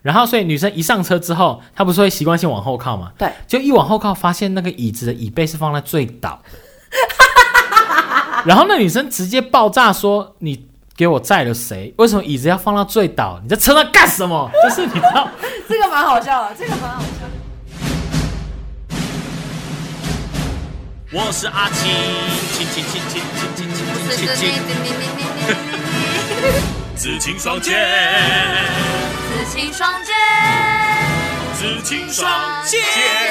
然后所以女生一上车之后，她不是会习惯性往后靠嘛？ 对， 就一往后靠，发现那个椅子的椅背是放在最倒的，然后那女生直接爆炸说：“你给我载了谁？为什么椅子要放到最倒？你在车上干什么？”就是你知道， 这个蛮好笑的，这个蛮好笑的。 我是阿青，青，紫青双剑， 紫青双剑， 紫青双剑，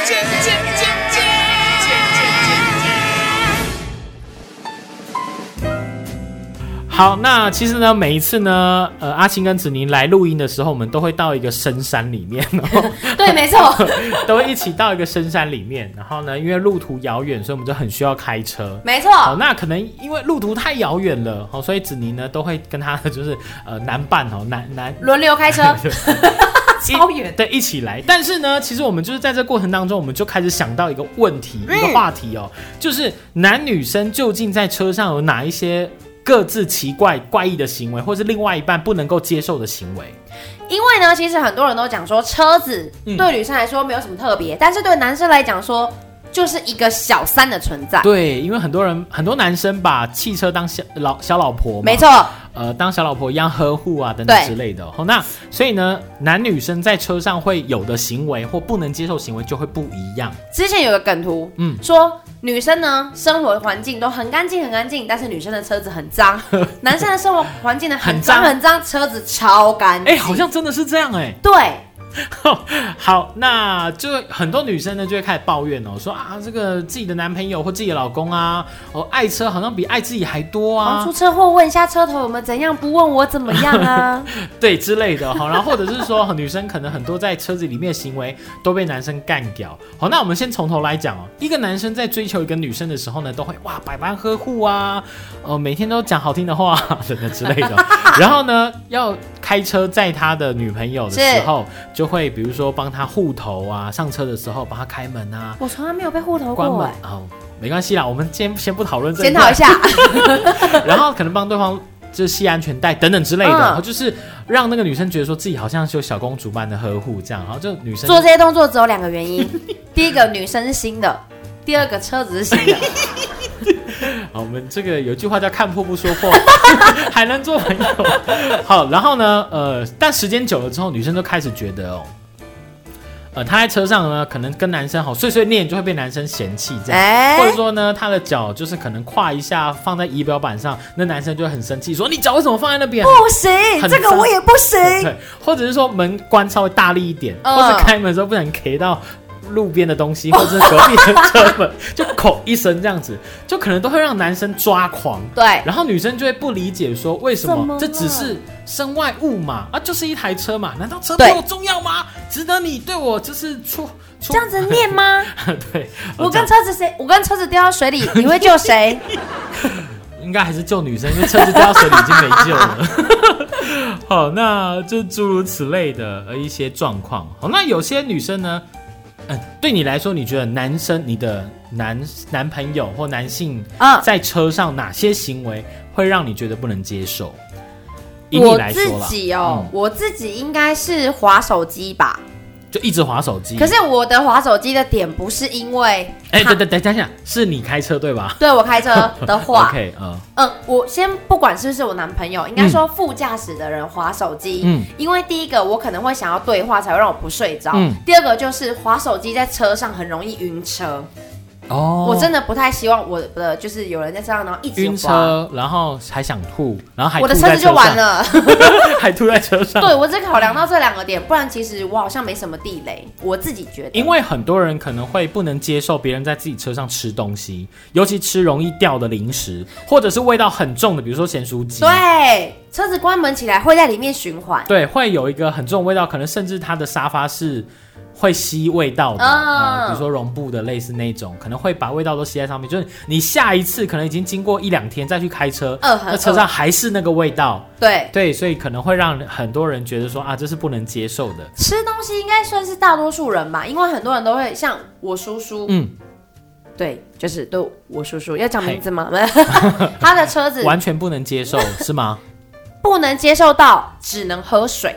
好，那其实呢，每一次呢，阿青跟子宁来录音的时候，我们都会到一个深山里面对，没错， 都会一起到一个深山里面。然后呢，因为路途遥远，所以我们就很需要开车。 没错。 好，那可能因为路途太遥远了，所以子宁呢都会跟他的就是男伴男轮流开车。超远， 对，一起来。但是呢，其实我们就是在这过程当中，我们就开始想到一个问题，一个话题哦，就是男女生究竟在车上有哪一些各自奇怪怪异的行为，或是另外一半不能够接受的行为。 因为呢，其实很多人都讲说车子对女生来说没有什么特别，但是对男生来讲说就是一个小三的存在。 对，因为很多男生把汽车当小老婆嘛， 没错， 当小老婆一样呵护啊等等之类的。那所以呢，男女生在车上会有的行为或不能接受行为就会不一样。 之前有个梗图，说女生呢生活环境都很干净很干净，但是女生的车子很脏；男生的生活环境呢很脏很脏，车子超干净。 好像真的是这样对。 好，那就很多女生呢就会开始抱怨哦，说啊，这个自己的男朋友或自己的老公啊，爱车好像比爱自己还多啊。 出车祸问一下车头有没有怎样，不问我怎么样啊？ 对之类的。好，然后或者是说女生可能很多在车子里面的行为都被男生干掉。好，那我们先从头来讲哦。一个男生在追求一个女生的时候呢，都会哇百般呵护啊，每天都讲好听的话等等之类的。然后呢，要开车载他的女朋友的时候，就会比如说帮他护头啊，上车的时候帮他开门啊。 我从来没有被护头过。 关门没关系啦，我们先不讨论这个， 检讨一下。 然后可能帮对方就是系安全带等等之类的，就是让那个女生觉得说自己好像是有小公主般的呵护这样。然后就女生做这些动作只有2个原因，第一个女生是新的，第二个车子是新的。 好，我们这个有句话叫看破不说破，还能做朋友。好，然后呢，但时间久了之后，女生就开始觉得她在车上呢，可能跟男生碎碎念就会被男生嫌弃这样，或者说呢，她的脚就是可能跨一下放在仪表板上，那男生就会很生气，说你脚为什么放在那边？ 不行，这个我也不行。 对，或者是说门关稍微大力一点，或者开门的时候不小心 K 到路边的东西，或者是隔壁的车门，就口一声这样子，就可能都会让男生抓狂。 对， 然后女生就会不理解说，为什么这只是身外物嘛，就是一台车嘛，难道车比我重要吗？值得你对我就是这样子念吗？ 对， 我跟车子掉到水里，你会救谁？ 应该还是救女生，因为车子掉到水里已经没救了。好，那就诸如此类的一些状况。好，那有些女生呢，对你来说，你觉得男生你的男朋友或男性在车上哪些行为会让你觉得不能接受？以你来说啦， 我自己应该是滑手机吧。 就一直滑手机。 可是我的滑手机的点不是因为， 等一下，是你开车对吧？ 对，我开车的话 ，OK， 我先不管是不是我男朋友，应该说副驾驶的人滑手机，因为第一个我可能会想要对话，才会让我不睡着，第二个就是滑手机在车上很容易晕车。我真的不太希望我的就是有人在车上，然后一直晕车，然后还想吐，然后还我的车子就完了， 还吐在车上。 对，我只考量到这2个点，不然其实我好像没什么地雷，我自己觉得。 因为很多人可能会不能接受别人在自己车上吃东西，尤其吃容易掉的零食，或者是味道很重的，比如说咸酥鸡。 对，车子关门起来会在里面循环。 对，会有一个很重的味道，可能甚至它的沙发是会吸味道的，比如说绒布的类似那种，可能会把味道都吸在上面。就是你下一次可能已经经过1-2天再去开车，那车上还是那个味道。对，所以可能会让很多人觉得说这是不能接受的。 吃东西应该算是大多数人吧，因为很多人都会像我叔叔，对，就是都我叔叔要讲名字吗？他的车子完全不能接受是吗？ 不能接受到只能喝水。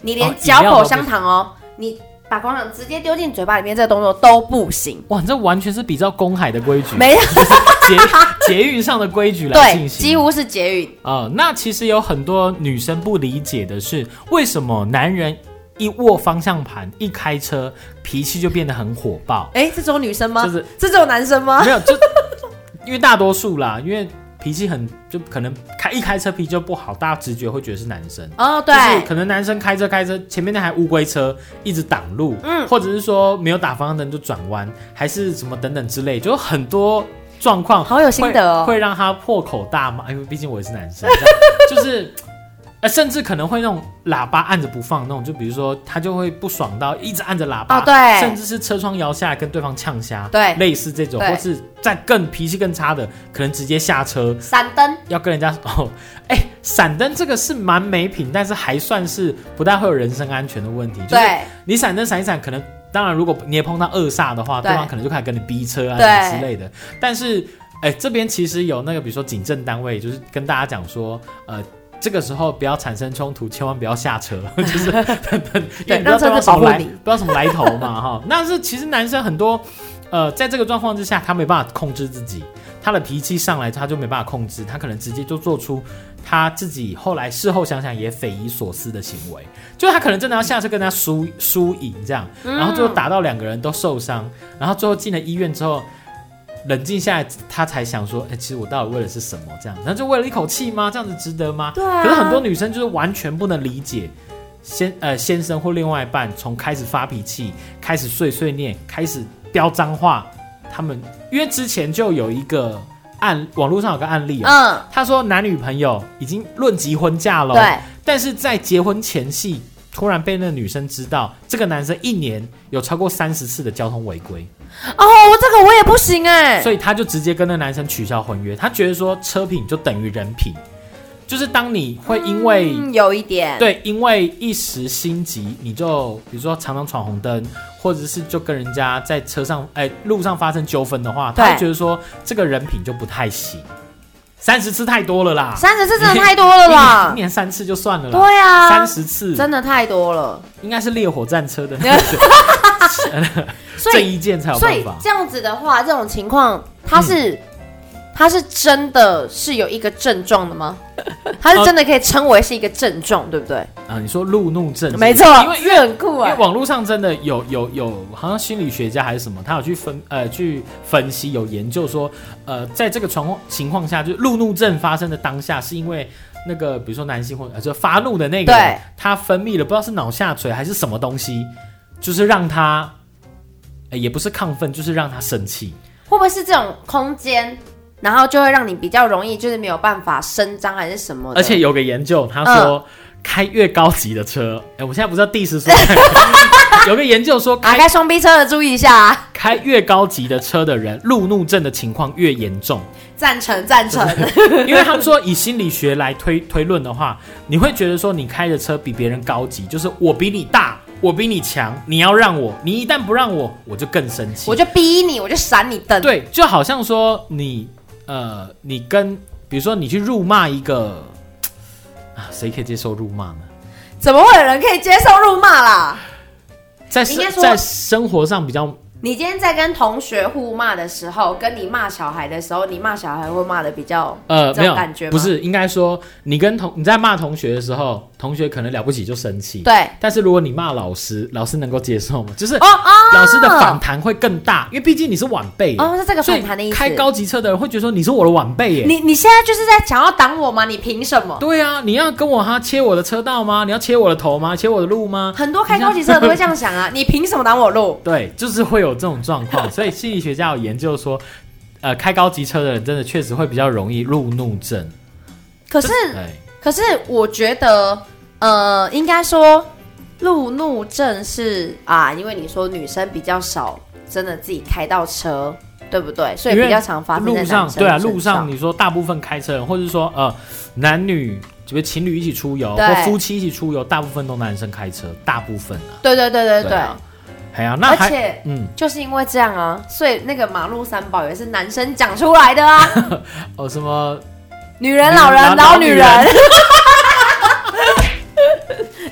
你连嚼口香糖你把口香糖直接丢进嘴巴里面，这个动作都不行。 哇，这完全是比照公海的规矩， 没有捷运上的规矩来进行， 对，几乎是捷运。 那其实有很多女生不理解的是，为什么男人一握方向盘一开车脾气就变得很火爆？ 这只有女生吗？ 就是这只有男生吗？ 没有，就因为大多数啦，因为脾气就可能一开车脾气就不好，大家直觉会觉得是男生。 对， 就是可能男生开车前面那台乌龟车一直挡路，或者是说没有打方向灯就转弯，还是什么等等之类，就很多状况好有心得会让他破口大骂。因为毕竟我也是男生，就是甚至可能会那种喇叭按着不放那种，就比如说他就会不爽到一直按着喇叭， 对， 甚至是车窗摇下来跟对方呛瞎， 对， 类似这种，或是再脾气更差的，可能直接下车闪灯， 要跟人家闪灯这个是蛮没品，但是还算是不太会有人身安全的问题。就是你闪灯闪一闪，可能当然如果你也碰到恶煞的话，对方可能就开始跟你逼车啊之类的。但是这边其实有那个比如说警政单位，就是跟大家讲说这个时候不要产生冲突，千万不要下车，就是对，让车子保护你， 不知道什么来头嘛哈。那是其实男生很多在这个状况之下，他没办法控制自己，他的脾气上来他就没办法控制，他可能直接就做出他自己后来事后想想也匪夷所思的行为，就他可能真的要下车跟他输赢这样，然后最后打到2个人都受伤，然后最后进了医院之后。冷静下来，他才想说，其实我到底为了是什么？这样，那就为了一口气吗？这样子值得吗？ 对啊。 可是很多女生就是完全不能理解，先生或另外一半从开始发脾气，开始碎念，开始飙脏话，他们因为之前就有一个网络上有个案例他说男女朋友已经论及婚嫁了， 对， 但是在结婚前夕，突然被那个女生知道，这个男生1年有超过30次的交通违规。 这个我也不行所以他就直接跟那男生取消婚约。他觉得说车品就等于人品，就是当你会因为有一点对，因为一时心急，你就比如说常常闯红灯，或者是就跟人家在车上路上发生纠纷的话，他会觉得说这个人品就不太行。30次太多了啦 ，30次真的太多了啦， 一年3次就算了啦。 对啊 ，30次真的太多了， 应该是烈火战车的那个郑伊健才有办法。 所以这样子的话，这种情况它是真的是有一个症状的吗？它是真的可以称为是一个症状，对不对？ 你说路怒症， 没错，因为很酷因为网络上真的有，好像心理学家还是什么，他有去分析，有研究说，在这个情况下，就是路怒症发生的当下，是因为那个比如说男性或就发怒的那个人，他分泌了不知道是脑下垂还是什么东西，就是让他也不是亢奋，就是让他生气。 会不会是这种空间？然后就会让你比较容易，就是没有办法伸张还是什么的。 而且有个研究，他说开越高级的车，我现在不是要diss说，有个研究说开双 B 车的注意一下啊， 开越高级的车的人，路怒症的情况越严重。 赞成， 因为他们说以心理学来推论的话，你会觉得说你开的车比别人高级，就是我比你大，我比你强，你要让我，你一旦不让我，我就更生气， 我就逼你，我就闪你灯。 对，就好像说你跟比如说你去辱骂一个谁可以接受辱骂呢？ 怎么会有人可以接受辱骂啦？ 在生活上比较。 你今天在跟同学互骂的时候，跟你骂小孩的时候，你骂小孩会骂的比较没有感觉吗？ 不是，应该说你在骂同学的时候，同学可能了不起就生气， 对。 但是如果你骂老师，老师能够接受吗？就是老师的反弹会更大，因为毕竟你是晚辈是这个反弹的意思。 开高级车的人会觉得说你是我的晚辈耶， 你现在就是在想要挡我吗？你凭什么？ 对啊，你要跟我切我的车道吗？你要切我的头吗？切我的路吗？ 很多开高级车都会这样想啊，你凭什么挡我路？ 对，就是会有这种状况。所以心理学家有研究说，开高级车的人真的确实会比较容易路怒症。 可是我觉得，应该说路怒症是因为你说女生比较少，真的自己开到车，对不对？所以比较常发生在男生身上。 对啊，路上你说大部分开车人，或者说男女比如情侣一起出游，或夫妻一起出游，大部分都男生开车，大部分对。 而且就是因为这样啊，所以那个马路三宝也是男生讲出来的啊。 什么女人、老人、老女人，原来是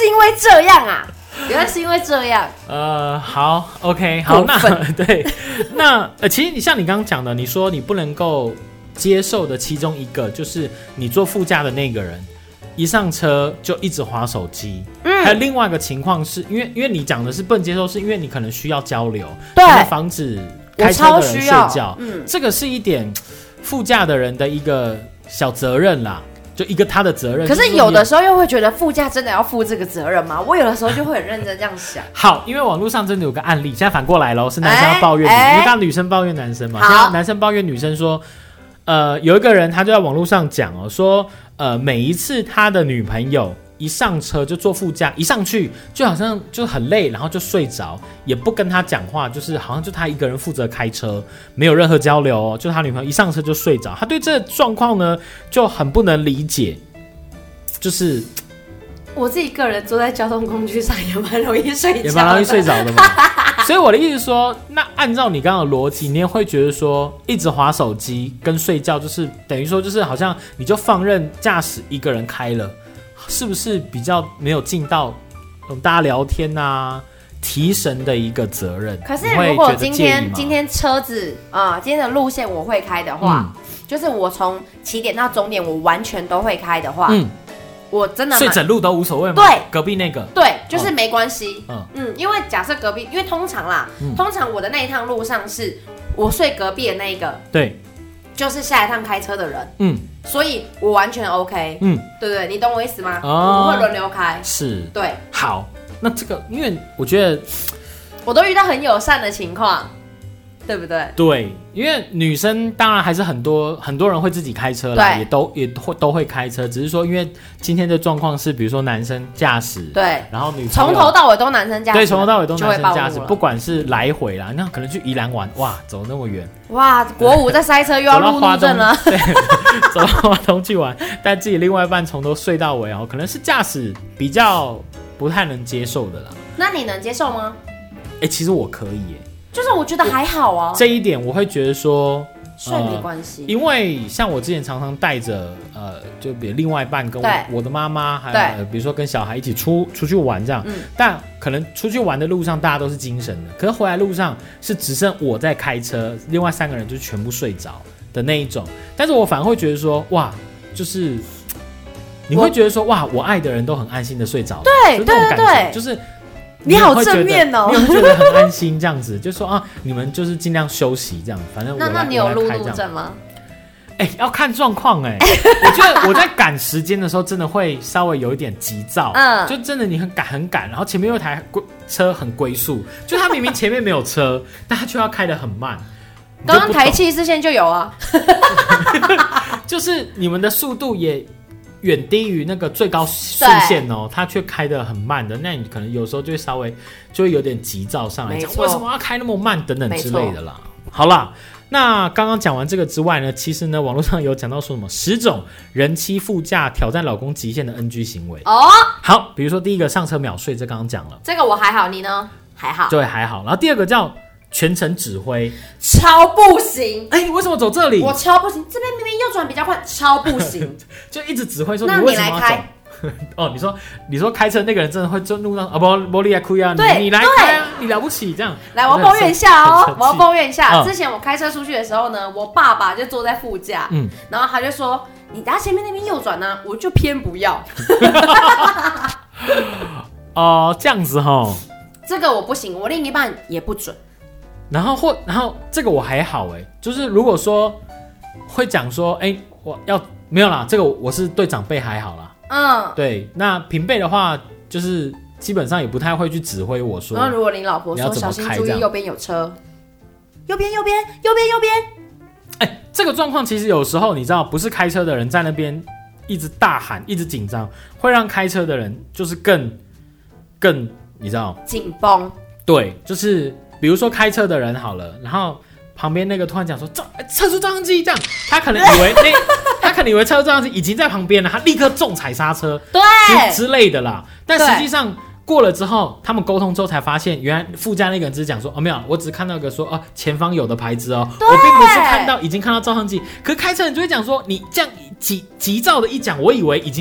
是因为这样啊，原来是因为这样。 好 ，OK， 好，那对，那其实像你刚刚讲的，你说你不能够接受的其中一个，就是你坐副驾的那个人一上车就一直滑手机。还有另外一个情况是因为你讲的是不能接受，是因为你可能需要交流，对，防止开车的人睡觉。这个是一点副驾的人的一个小责任啦。就一个他的责任， 可是有的时候又会觉得副驾真的要负这个责任吗？我有的时候就会很认真这样想。 好，因为网络上真的有个案例，现在反过来咯，是男生要抱怨因为刚刚女生抱怨男生嘛，现在男生抱怨女生说，有一个人他就在网络上讲说，每一次他的女朋友一上车就坐副驾，一上去就好像就很累，然后就睡着，也不跟他讲话，就是好像就他一个人负责开车，没有任何交流哦。就他女朋友一上车就睡着，他对这个状况呢就很不能理解。就是我自己个人坐在交通工具上也蛮容易睡着的， 也蛮容易睡着的嘛。所以我的意思说，那按照你刚刚的逻辑，你也会觉得说，一直滑手机跟睡觉，就是等于说，就是好像你就放任驾驶一个人开了。是不是比较没有尽到大家聊天啊、提神的一个责任？ 可是如果今天车子今天的路线我会开的话，就是我从起点到终点我完全都会开的话，我真的所以整路都无所谓吗？ 对， 隔壁那个对，就是没关系。因为假设隔壁，因为通常我的那一趟路上是我睡隔壁的那一个，对，就是下一趟开车的人，所以我完全 OK， 对不对？你懂我意思吗？我们会轮流开， 是， 对。 好，那这个，因为我觉得我都遇到很友善的情况，对不对？ 对，因为女生当然还是很多人会自己开车啦，也都会开车，只是说因为今天的状况是，比如说男生驾驶， 对， 然后女从头到尾都男生驾驶， 对，从头到尾都男生驾驶，不管是来回啦，那可能去宜兰玩，哇，走那么远， 哇，国五在塞车又要路怒症了， 对，走到花东去玩，但自己另外一半从头睡到尾哦，可能是驾驶比较不太能接受的啦。 那你能接受吗？ 其实我可以耶。 就是我觉得还好啊， 这一点我会觉得说睡没关系， 因为像我之前常常带着就比如另外一半跟我的妈妈，还有比如说跟小孩一起出去玩这样，但可能出去玩的路上大家都是精神的，可是回来路上是只剩我在开车，另外3个人就全部睡着的那一种，但是我反而会觉得说哇，就是你会觉得说哇，我爱的人都很安心的睡着， 对对对对，就是你好正面哦， 你会觉得很安心这样子，就说你们就是尽量休息这样，反正那你有路怒症吗？ 要看状况我觉得我在赶时间的时候真的会稍微有一点急躁，就真的你很赶，然后前面有一台车很龟速，就他明明前面没有车，但他却要开得很慢。 刚刚台七4线就有啊， 就是你们的速度也远低于那个最高速线哦，它却开得很慢的，那你可能有时候就会稍微就会有点急躁上来讲，为什么要开那么慢等等之类的啦。好啦，那刚刚讲完这个之外呢，其实呢网络上有讲到说什么10种人妻副驾挑战老公极限的 NG 行为哦。好，比如说第一个上车秒睡，这刚刚讲了， 这个我还好，你呢？还好， 对，还好。然后第二个叫全程指挥， 超不行！ 你为什么走这里？ 我超不行，这边明明右转比较快，超不行， 就一直指挥说你为什么要走？哦，你说开车那个人真的会就路上不你来开啊，你来开啊，你了不起这样。 来，我要抱怨一下哦，我要抱怨一下。之前我开车出去的时候呢，我爸爸就坐在副驾，然后他就说你打前面那边右转呢，我就偏不要。 这样子齁， 这个我不行，我另一半也不准。 然后这个我还好就是如果说会讲说我要没有啦，这个我是对长辈还好啦。对，那平辈的话就是基本上也不太会去指挥我说。 然后如果你老婆说小心注意右边有车，右边， 这个状况其实有时候你知道，不是开车的人在那边一直大喊，一直紧张，会让开车的人就是更你知道紧绷。对， 就是比如说开车的人好了，然后旁边那个突然讲说测速照相机这样，他可能以为测速照相机已经在旁边了，他立刻重踩刹车， 对之类的啦。但实际上过了之后，他们沟通之后才发现，原来副驾那个人只是讲说没有，我只看到一个说前方有的牌子我并不是已经看到照相机。可是开车人就会讲说，你这样急躁的一讲，我以为已经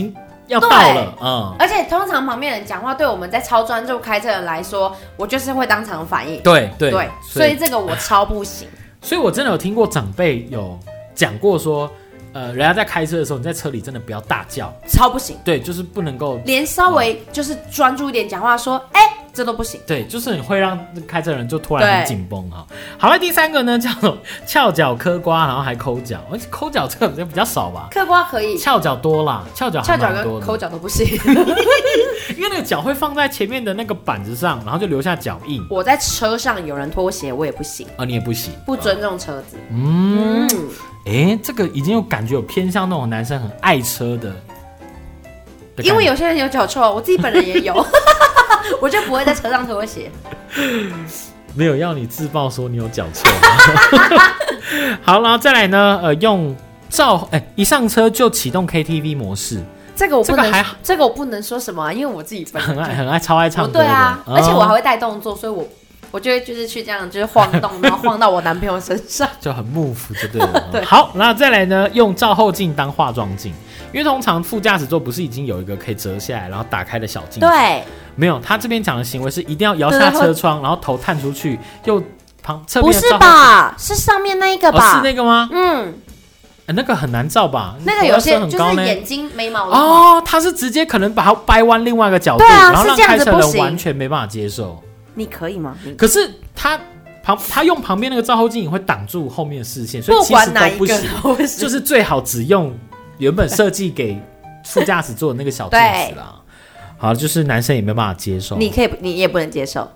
要到了， 而且通常旁边人讲话，对我们在超专注开车的人来说，我就是会当场反应。 对， 所以这个我超不行。 所以我真的有听过长辈有讲过说，人家在开车的时候，你在车里真的不要大叫， 超不行。 对，就是不能够连稍微就是专注一点讲话说，这都不行。 对，就是你会让开车的人就突然很紧绷哈。好了，第3个呢叫做翘脚嗑瓜，然后还抠脚。抠脚这个比较少吧？ 嗑瓜可以， 翘脚多啦，翘脚跟抠脚都不行， 因为那个脚会放在前面的那个板子上，然后就留下脚印。 我在车上有人拖鞋，我也不行你也不行， 不尊重车子。 这个已经有感觉有偏向那种男生很爱车的因为有些人有脚臭，我自己本人也有。我就不会在车上脱鞋。 没有要你自曝说你有脚臭。好，然后再来呢，用一上车就启动 KTV 模式， 这个我不能说什么因为我自己本人很爱超爱唱歌的。 对啊，而且我还会带动作，所以我就会就是去这样就是晃动，然后晃到我男朋友身上， 就很move就对了。对，好，那再来呢，用照后镜当化妆镜，因为通常副驾驶座不是已经有一个可以折下来然后打开的小镜子？ 对， 没有，他这边讲的行为是一定要摇下车窗，然后头探出去，又侧边的不是吧？是上面那一个吧？ 是那个吗？那个很难照吧？ 那个有些很高就是眼睛眉毛他是直接可能把它掰弯另外一个角度， 然后让开车的人完全没办法接受。 你可以吗？ 可是他用旁边那个照后镜也会挡住后面的视线，所以其实都不行。就是最好只用原本设计给副驾驶座的那个小镜子啦。好，就是男生也没办法接受。 你也不能接受。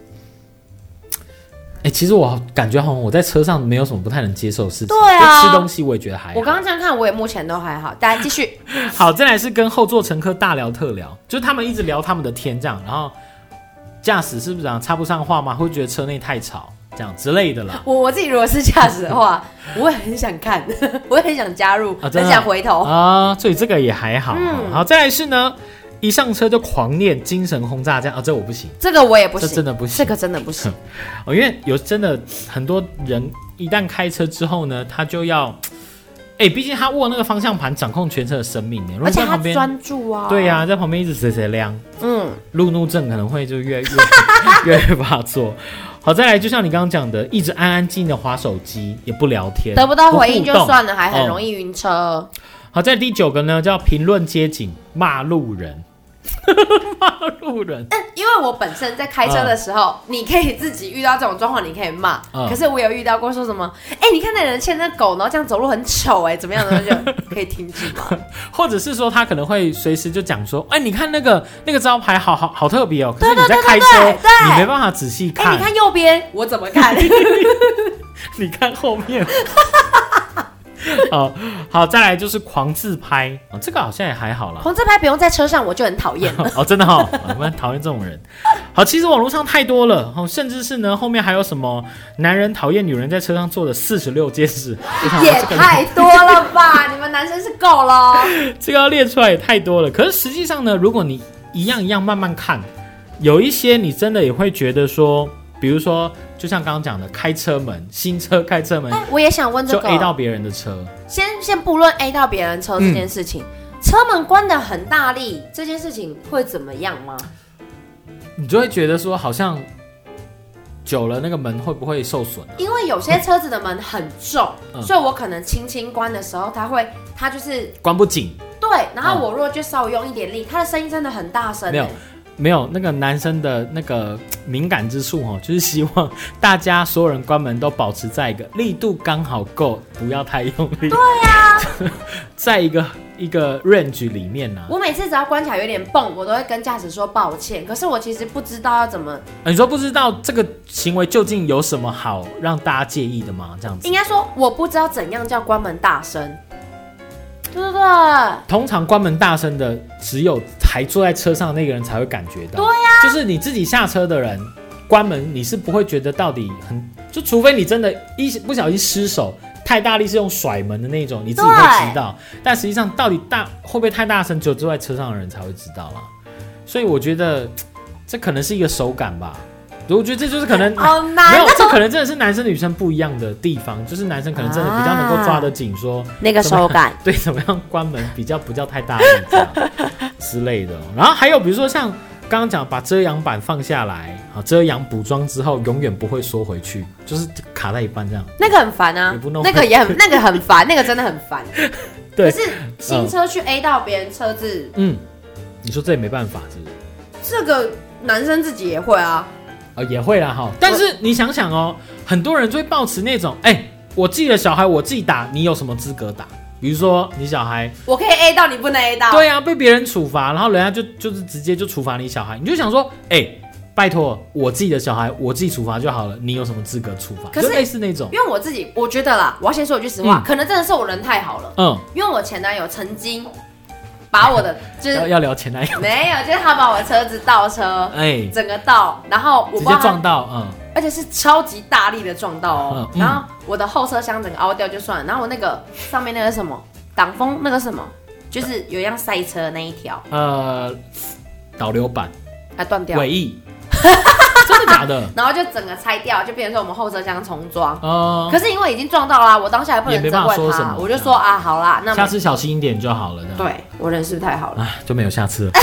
其实我感觉好像我在车上没有什么不太能接受的事情。 对啊， 就吃东西我也觉得还好。 我刚刚这样看，我也目前都还好。大家继续。 好，再来是跟后座乘客大聊特聊，就是他们一直聊他们的天这样，然后驾驶是不是这样插不上话吗？会觉得车内太吵这样之类的啦。 我自己如果是驾驶的话，我会很想看，我会很想加入，很想回头所以这个也还好。好，再来是呢，一上车就狂念精神轰炸这样这我不行， 这个我也不行， 这真的不行， 这个真的不行。 因为有真的很多人一旦开车之后呢，他就要。毕竟他握那个方向盘，掌控全车的生命， 而且他专注啊。 对啊，在旁边一直谁亮，路怒症可能会就越发作。好，再来，就像你刚刚讲的，一直安安静静的滑手机，也不聊天， 得不到回应就算了，还很容易晕车。 好，在第9个呢，叫评论街景，骂路人。骂路人， 因为我本身在开车的时候，你可以自己遇到这种状况，你可以骂。可是我有遇到过说什么，你看那人牵那狗，然后这样走路很丑，怎么样的就可以停止吗？ 或者是说他可能会随时就讲说，你看那个招牌好特别哦，可是你在开车，你没办法仔细看。 你看右边，我怎么看？ 你看后面。好，再来就是狂自拍，这个好像也还好啦。 狂自拍不用在车上，我就很讨厌了。 真的我们很讨厌这种人。好，其实网络上太多了，甚至是呢，后面还有什么男人讨厌女人在车上做的46件事， 也太多了吧？你们男生是够了。 这个要列出来也太多了。可是实际上呢，如果你一样一样慢慢看，有一些你真的也会觉得说。比如说，就像刚刚讲的，开车门，新车开车门， 我也想问这个， 就 A 到别人的车。 先不论 A 到别人车这件事情，车门关得很大力，这件事情会怎么样吗？ 你就会觉得说，好像久了那个门会不会受损？ 因为有些车子的门很重，所以我可能轻轻关的时候，它就是关不紧。 对，然后我如果就稍微用一点力，它的声音真的很大声。 没有那个男生的那个敏感之处就是希望大家所有人关门都保持在一个力度刚好够，不要太用力。 对啊， 在一个 range 里面啊。 我每次只要关起来有点蹦，我都会跟驾驶说抱歉。可是我其实不知道要怎么。 你说不知道这个行为究竟有什么好让大家介意的吗？这样子。 应该说我不知道怎样叫关门大声。对不对？ 通常关门大声的，只有还坐在车上的那个人才会感觉到。 对呀， 就是你自己下车的人，关门你是不会觉得到底就除非你真的不小心失手太大力是用甩门的那种，你自己会知道。但实际上到底会不会太大声，只有坐在车上的人才会知道啦。所以我觉得这可能是一个手感吧。 我觉得这就是可能好难， 没有，这可能真的是男生女生不一样的地方，就是男生可能真的比较能够抓得紧，说那个手感， 对，怎么样关门比较不叫太大力这样之类的。然后还有比如说像刚刚讲把遮阳板放下来，遮阳补妆之后永远不会缩回去，就是卡在一半这样。 那个很烦啊，那个很烦，那个真的很烦。 对， 可是新车去 A 到别人车子， 你说这也没办法，是不是？ 这个男生自己也会啊。 也会啦哈，但是你想想哦，很多人就会抱持那种，我自己的小孩我自己打，你有什么资格打？比如说你小孩， 我可以 A 到，你不能 A 到。 对啊，被别人处罚，然后人家就是直接就处罚你小孩，你就想说，拜托，我自己的小孩我自己处罚就好了，你有什么资格处罚？就类似那种。 因为我自己，我觉得啦，我要先说一句实话，可能真的是我人太好了。因为我前男友曾经把我的就是要聊前男友， 没有，就是他把我的车子倒车，整个倒，然后我直接撞到， 而且是超级大力的撞到哦。然后我的后车厢整个凹掉就算了，然后我那个上面那个什么挡风那个什么，就是有一样赛车那一条， 导流板断掉， 尾翼。真的假的？ 然后就整个拆掉，就变成说我们后车厢重装。可是因为已经撞到啦，我当下也不能责怪他，我就说啊，好啦，那下次小心一点就好了。 对，我人是不是太好了？ 就没有下次了。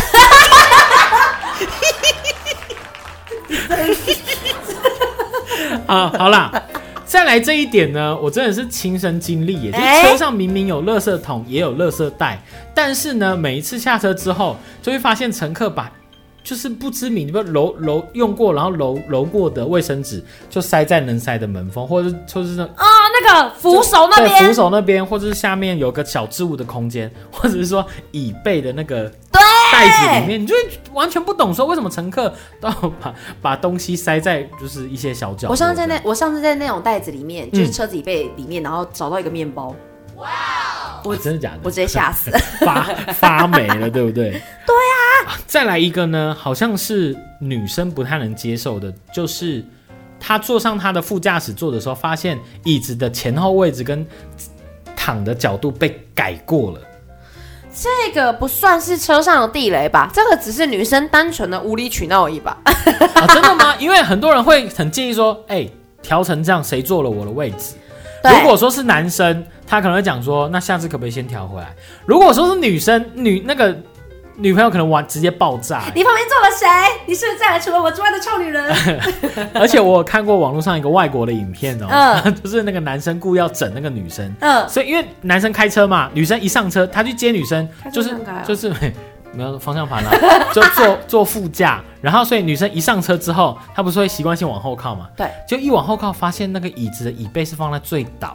好啦，再来这一点呢，我真的是亲身经历耶，就是车上明明有垃圾桶，也有垃圾袋，但是呢，每一次下车之后，就会发现乘客把就是不知名，揉用过，然后揉过的卫生纸就塞在能塞的门缝，或者就是那个扶手那边， 对，扶手那边，或者是下面有个小置物的空间，或者是说椅背的那个袋子里面，你就会完全不懂说为什么乘客都要把东西塞在就是一些小角落。 我上次在那种袋子里面，就是车子椅背里面，然后找到一个面包。哇！ 真的假的？ 我直接吓死， 发霉了，对不对？ 对啊。 再来一个呢，好像是女生不太能接受的，就是她坐上她的副驾驶座的时候，发现椅子的前后位置跟躺的角度被改过了。 这个不算是车上的地雷吧？这个只是女生单纯的无理取闹而已吧？ 真的吗？因为很多人会很介意说，调成这样，谁坐了我的位置？如果说是男生，他可能会讲说，那下次可不可以先调回来？如果说是女生，那个女朋友可能直接爆炸。 你旁边坐了谁？你是不是再来除了我之外的臭女人？ 而且我有看过网络上一个外国的影片就是那个男生故意要整那个女生，所以因为男生开车嘛，女生一上车，他去接女生，就是没有方向盘啦，就坐副驾，然后所以女生一上车之后，她不是会习惯性往后靠嘛？对，就一往后靠，发现那个椅子的椅背是放在最倒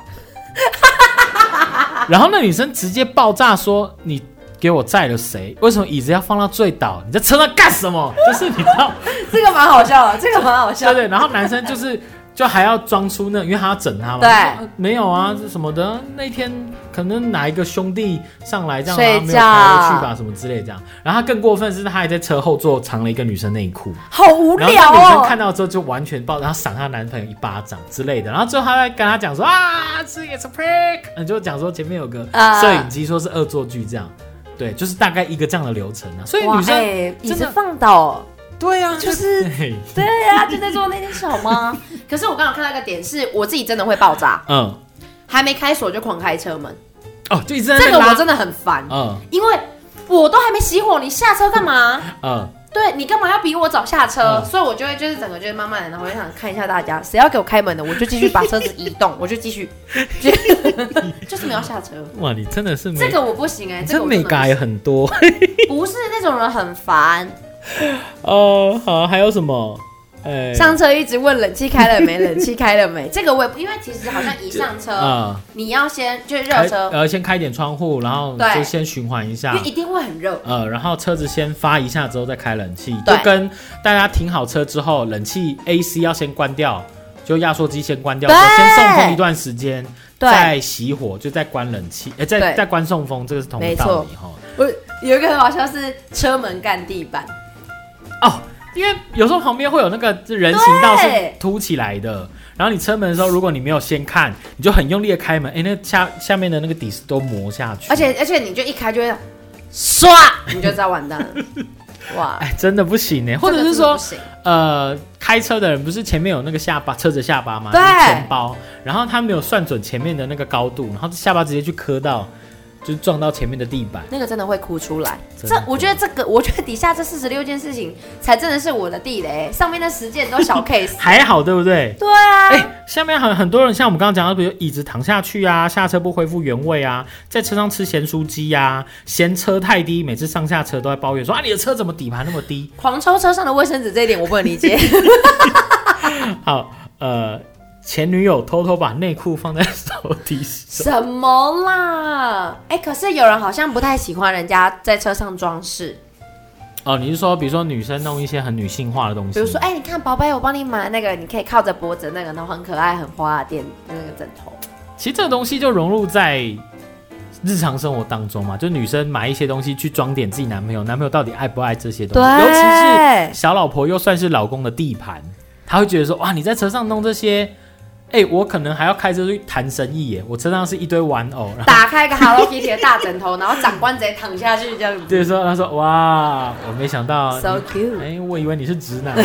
然后那女生直接爆炸说：“你给我载了谁？为什么椅子要放到最倒？你在车上干什么？”就是你知道， 这个蛮好笑的，这个蛮好笑的。 对，然后男生就还要装出因为他要整他嘛。 对， 没有啊，什么的。那天可能哪一个兄弟上来这样， 没有抬回去吧，什么之类这样。然后他更过分是，他还在车后座藏了一个女生内裤， 好无聊哦。 然后女生看到之后就完全爆，然后赏她男朋友一巴掌之类的。然后最后他在跟他讲说这也是 prank， 就讲说前面有个摄影机，说是恶作剧这样。对，就是大概一个这样的流程啊。所以女生椅子放倒。 对啊， 就是对啊，就在做那件事好吗？可是我刚好看到一个点，是我自己真的会爆炸，还没开锁就狂开车门， 就一直在那拉， 这个我真的很烦，因为我都还没熄火，你下车干嘛？对你干嘛要比我早下车？所以我就会就是整个就是慢慢的，然后我就想看一下大家谁要给我开门的，我就继续把车子移动，我就继续，就是没有下车。 哇，你真的是这个我不行这个美改很多， 不是那种人很烦。 好，还有什么？ 上车一直问冷气开了没，冷气开了没？这个我也因为其实好像一上车，你要先就是热车， 先开一点窗户，然后就先循环一下， 因为一定会很热。 然后车子先发一下之后再开冷气，就跟大家停好车之后，冷气 AC 要先关掉，就压缩机先关掉，先送风一段时间，再熄火，就再关冷气，再关送风，这个是同一道理哈。 我有一个很好笑是车门干地板。 因为有时候旁边会有那个人行道是凸起来的，然后你车门的时候，如果你没有先看，你就很用力的开门，那下面的那个底都磨下去， 而且你就一开就会刷，你就知道完蛋了。哇， 真的不行或者是说， 开车的人不是前面有那个下巴车子下巴吗？ 对， 前包，然后他没有算准前面的那个高度，然后下巴直接去磕到。就是撞到前面的地板， 那个真的会哭出来。我觉得底下这46件事情才真的是我的地雷，上面那10件都小 case， 还好对不对？ 对啊。 下面很多人像我们刚刚讲到，比如椅子躺下去啊，下车不恢复原位啊，在车上吃咸酥鸡啊，嫌车太低，每次上下车都在抱怨说啊，你的车怎么底盘那么低？ 狂抽车上的卫生纸这一点我不能理解。 好，前女友偷偷把内裤放在手提上， 什么啦？可是有人好像不太喜欢人家在车上装饰。 哦，你是说，比如说女生弄一些很女性化的东西， 比如说，你看宝贝，我帮你买那个，你可以靠着脖子那个，然后很可爱、很花的那个枕头。 其实这个东西就融入在日常生活当中嘛，就女生买一些东西去装点自己男朋友，男朋友到底爱不爱这些东西？尤其是小老婆又算是老公的地盘，他会觉得说，哇，你在车上弄这些。我可能还要开车去谈生意耶！我车上是一堆玩偶，然后打开一个 Hello Kitty 的大枕头，然后长官直接躺下去这样子。 对，他说哇，我没想到 ，so cute。 我以为你是直男。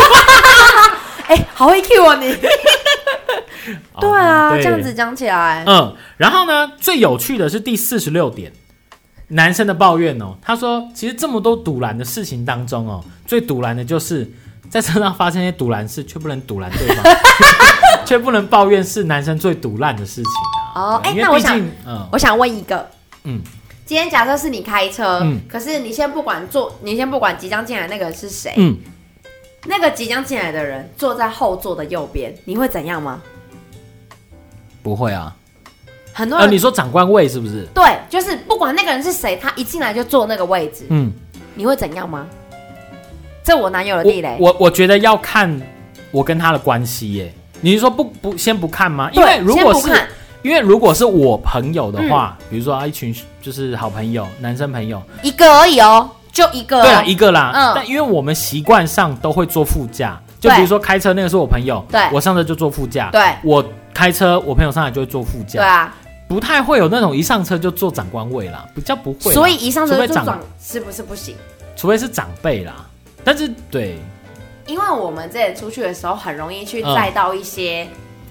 好会 Q 哦你。对啊，这样子讲起来， 然后呢，最有趣的是第46点，男生的抱怨哦。他说，其实这么多堵拦的事情当中哦，最堵拦的就是在车上发生一些堵拦事，却不能堵拦对方。却不能抱怨是男生最毒烂的事情啊！ 那我想问一个，今天假设是你开车，可是你先不管即将进来那个是谁，那个即将进来的人坐在后座的右边，你会怎样吗？ 不会啊， 很多人你说长官位是不是？ 对，就是不管那个人是谁，他一进来就坐那个位置，你会怎样吗？这我男友的地雷， 我觉得要看我跟他的关系耶。你是说先不看吗？因为如果是我朋友的话，比如说一群就是好朋友，男生朋友一个而已哦，就一个。 对啊，一个啦。但因为我们习惯上都会坐副驾，就比如说开车那个是我朋友，对，我上车就坐副驾。 对， 我开车我朋友上来就会坐副驾。对啊，不太会有那种一上车就坐长官位啦，比较不会。 所以一上车就坐是不是不行？ 除非是长辈啦，但是对。 因为我们之前出去的时候，很容易去载到一些，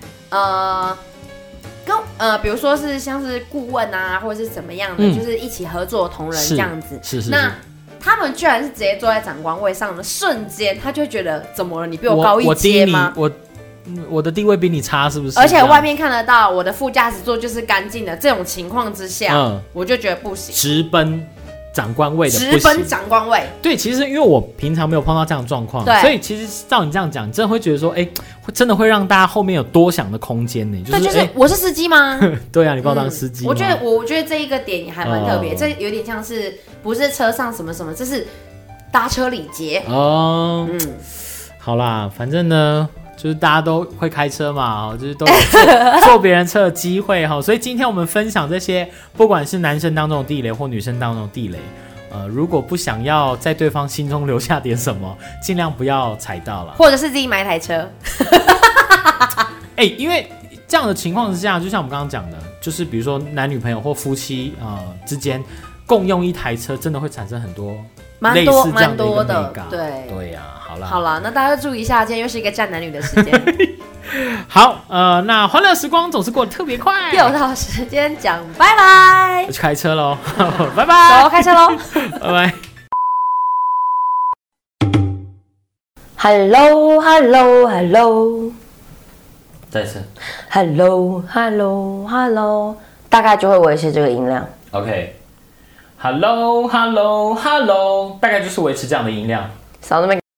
比如说是像是顾问啊，或者是怎么样的，就是一起合作的同仁这样子。 是。 那他们居然是直接坐在长官位上的瞬间，他就会觉得怎么了？你比我高一阶吗？ 我的地位比你差是不是？ 而且外面看得到我的副驾驶座就是干净的，这种情况之下，我就觉得不行。 直奔长官位的不行， 直奔长官位。 对，其实因为我平常没有碰到这样的状况，所以其实照你这样讲，你真的会觉得说，真的会让大家后面有多想的空间呢。 就是我是司机吗？ 对啊，你把我当司机。 我觉得这一个点也还蛮特别，这有点像是不是车上什么什么，这是搭车礼节哦。 好啦，反正呢。就是大家都会开车嘛，就是都有坐别人车的机会哈，所以今天我们分享这些，不管是男生当中的地雷或女生当中的地雷，如果不想要在对方心中留下点什么，尽量不要踩到了， 或者是自己买一台车。 因为这样的情况之下，就像我们刚刚讲的，就是比如说男女朋友或夫妻之间共用一台车，真的会产生很多类似这样的一个美感。对呀。 好了，那大家注意一下，今天又是一个站男女的时间。 好，那欢乐时光总是过得特别快， 又到时间讲拜拜。 我去开车喽，拜拜。 走，开车喽， 拜拜。 Hello， 再一次 ，Hello， 大概就会维持这个音量。 OK，Hello， 大概就是维持这样的音量。 少那么。